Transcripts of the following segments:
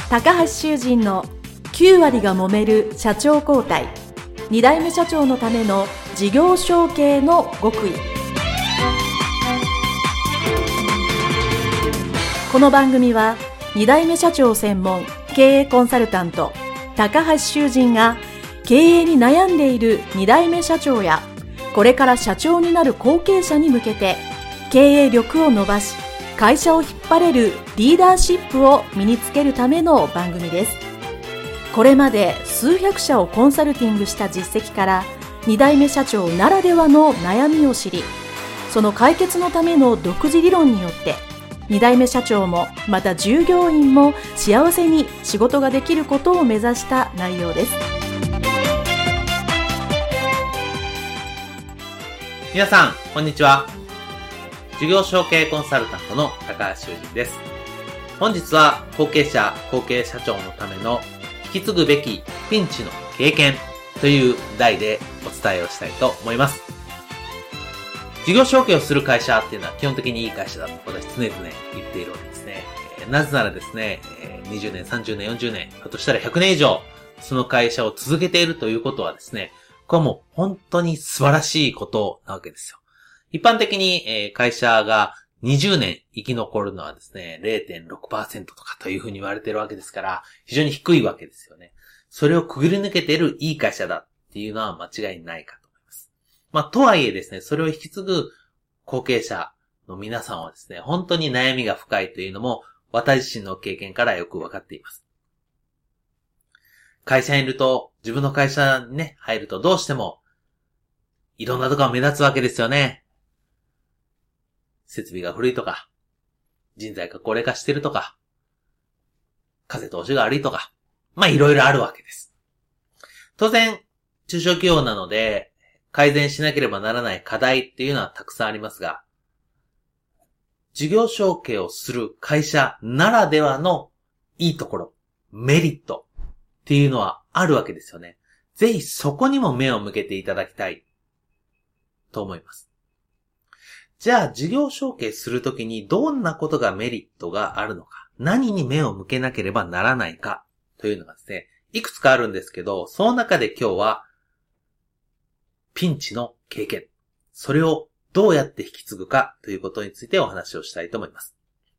高橋修人の9割が揉める社長交代、2代目社長のための事業承継の極意。この番組は2代目社長専門経営コンサルタント高橋修人が経営に悩んでいる2代目社長やこれから社長になる後継者に向けて経営力を伸ばし会社を引っ張れるリーダーシップを身につけるための番組です。これまで数百社をコンサルティングした実績から2代目社長ならではの悩みを知り、その解決のための独自理論によって2代目社長もまた従業員も幸せに仕事ができることを目指した内容です。 皆さんこんにちは。事業承継コンサルタントの高橋修人です。本日は後継者後継社長のための引き継ぐべきピンチの経験という題でお伝えをしたいと思います。事業承継をする会社っていうのは基本的にいい会社だと私常々言っているわけですね。なぜならですね、20年、30年、40年、あとしたら100年以上その会社を続けているということはですね、これはもう本当に素晴らしいことなわけですよ。一般的に会社が20年生き残るのはですね、0.6% とかというふうに言われているわけですから、非常に低いわけですよね。それをくぐり抜けているいい会社だっていうのは間違いないかと思います。とはいえですね、それを引き継ぐ後継者の皆さんはですね、本当に悩みが深いというのも私自身の経験からよくわかっています。会社にいると、自分の会社にね、入るとどうしてもいろんなとこが目立つわけですよね。設備が古いとか、人材が高齢化してるとか、風通しが悪いとか、いろいろあるわけです。当然、中小企業なので、改善しなければならない課題っていうのはたくさんありますが、事業承継をする会社ならではのいいところ、メリットっていうのはあるわけですよね。ぜひそこにも目を向けていただきたいと思います。じゃあ事業承継するときにどんなことがメリットがあるのか、何に目を向けなければならないかというのがですね、いくつかあるんですけど、その中で今日はピンチの経験、それをどうやって引き継ぐかということについてお話をしたいと思います。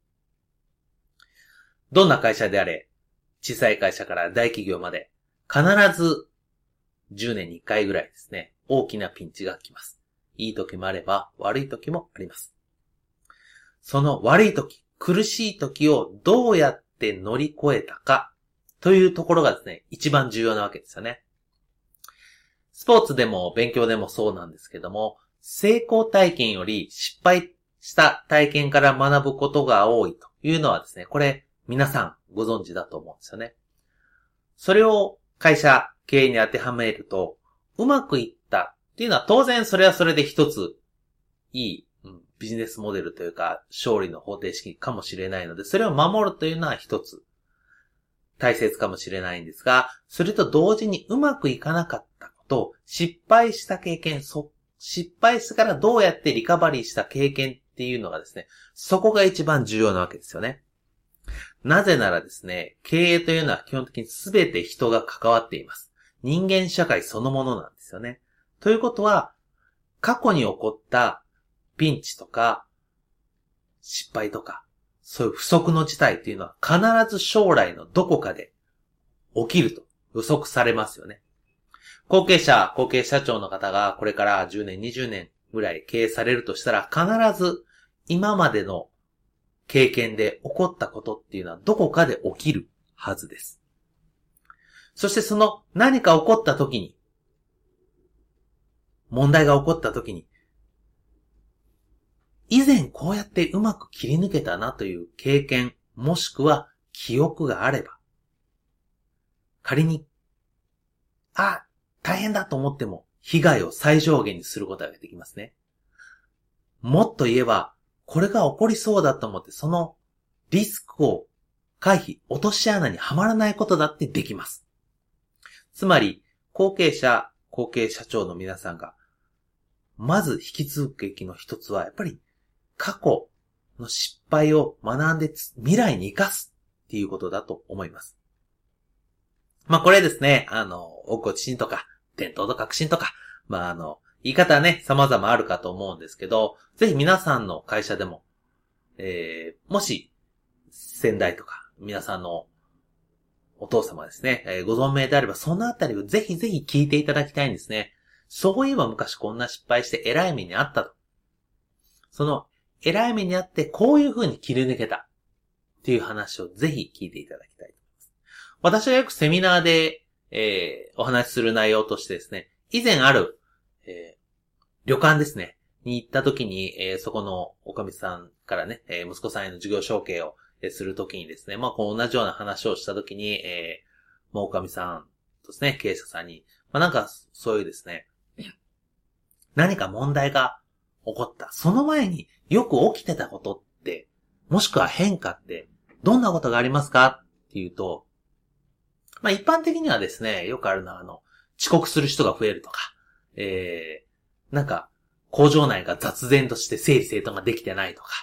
どんな会社であれ、小さい会社から大企業まで必ず10年に1回ぐらいですね、大きなピンチが来ます。いい時もあれば悪い時もあります。その悪い時、苦しい時をどうやって乗り越えたかというところがですね、一番重要なわけですよね。スポーツでも勉強でもそうなんですけども、成功体験より失敗した体験から学ぶことが多いというのはですね、これ皆さんご存知だと思うんですよね。それを会社、経営に当てはめると、うまくいったっていうのは当然それはそれで一ついいビジネスモデルというか勝利の方程式かもしれないので、それを守るというのは一つ大切かもしれないんですが、それと同時にうまくいかなかったこと、失敗した経験、失敗してからどうやってリカバリーした経験っていうのがですね、そこが一番重要なわけですよね。なぜならですね、経営というのは基本的に全て人が関わっています。人間社会そのものなんですよね。ということは、過去に起こったピンチとか失敗とか、そういう不測の事態っていうのは必ず将来のどこかで起きると予測されますよね。後継者、後継社長の方がこれから10年、20年ぐらい経営されるとしたら、必ず今までの経験で起こったことっていうのはどこかで起きるはずです。そしてその何か起こった時に、問題が起こった時に、以前こうやってうまく切り抜けたなという経験、もしくは記憶があれば、仮に、大変だと思っても被害を最小限にすることができますね。もっと言えば、これが起こりそうだと思ってそのリスクを回避、落とし穴にはまらないことだってできます。つまり、後継者、後継社長の皆さんがまず引き継ぐべきの一つは、やっぱり過去の失敗を学んで未来に生かすっていうことだと思います。 これですね、大河内心とか、伝統と革新とか、言い方はね、様々あるかと思うんですけど、ぜひ皆さんの会社でも、もし、先代とか、皆さんのお父様ですね、ご存命であれば、そのあたりをぜひぜひ聞いていただきたいんですね。そういえば昔こんな失敗して偉い目にあったと。その、偉い目にあってこういう風に切り抜けた。っていう話をぜひ聞いていただきたいと思います。私はよくセミナーで、お話しする内容としてですね、以前ある、旅館ですね、に行った時に、そこのおかみさんからね、息子さんへの事業承継をする時にですね、こう同じような話をした時に、おかみさんとですね、経営者さんに、そういうですね、何か問題が起こった。その前によく起きてたことって、もしくは変化って、どんなことがありますかっていうと、一般的にはですね、よくあるのは遅刻する人が増えるとか、工場内が雑然として整理整頓ができてないとか、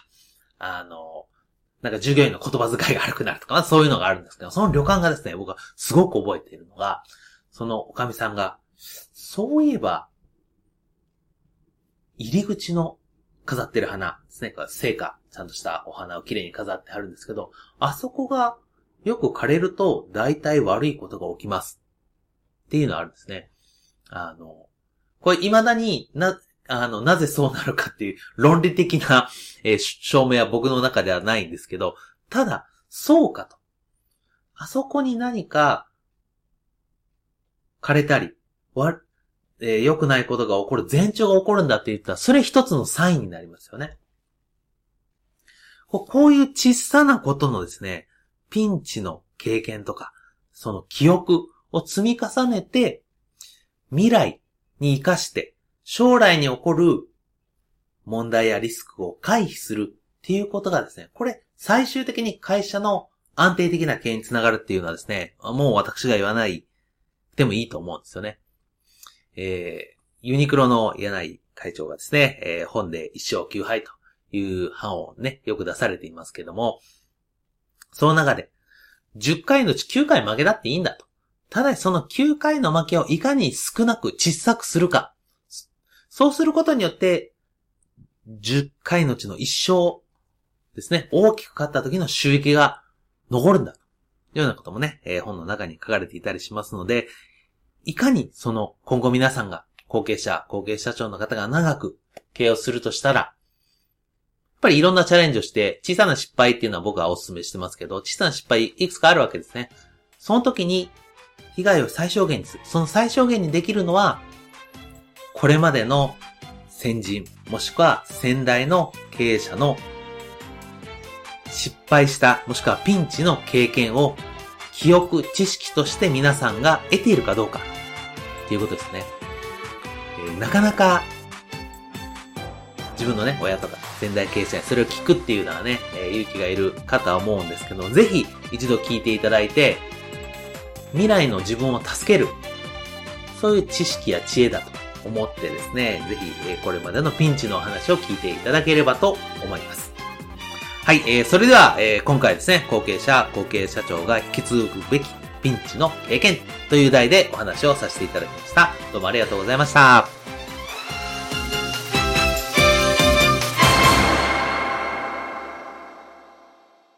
従業員の言葉遣いが悪くなるとか、そういうのがあるんですけど、その旅館がですね、僕はすごく覚えているのが、そのおかみさんが、そういえば、入り口の飾ってる花ですね、生花、ちゃんとしたお花をきれいに飾ってあるんですけど、あそこがよく枯れると大体悪いことが起きます。っていうのがあるんですね。これ未だになぜそうなるかっていう論理的な、証明は僕の中ではないんですけど、ただ、そうかと。あそこに何か枯れたり、良くないことが起こる、前兆が起こるんだって言ったら、それ一つのサインになりますよね。こういう小さなことのですね、ピンチの経験とか、その記憶を積み重ねて、未来に生かして、将来に起こる問題やリスクを回避するっていうことがですね、これ最終的に会社の安定的な経営につながるっていうのはですね、もう私が言わないでもいいと思うんですよね。ユニクロの柳井会長がですね、本で一生9敗という版をね、よく出されていますけども、その中で10回のうち9回負けだっていいんだと。ただその9回の負けをいかに少なく小さくするか。そうすることによって、10回のうちの1勝ですね、大きく勝った時の収益が残るんだというようなこともね、本の中に書かれていたりしますので、いかに今後皆さんが後継社長の方が長く経営をするとしたら、やっぱりいろんなチャレンジをして小さな失敗っていうのは僕はお勧めしてますけど、小さな失敗いくつかあるわけですね。その時に被害を最小限にする。その最小限にできるのは、これまでの先人、もしくは先代の経営者の失敗した、もしくはピンチの経験を記憶、知識として皆さんが得ているかどうかっていうことですね。なかなか自分のね、親とか先代経営者にそれを聞くっていうのはね、勇気がいるかとは思うんですけど、ぜひ一度聞いていただいて、未来の自分を助ける、そういう知識や知恵だと思ってですね、ぜひこれまでのピンチのお話を聞いていただければと思います。はい、それでは、今回ですね、後継社長が引き継ぐべきピンチの経験という題でお話をさせていただきました。どうもありがとうございました。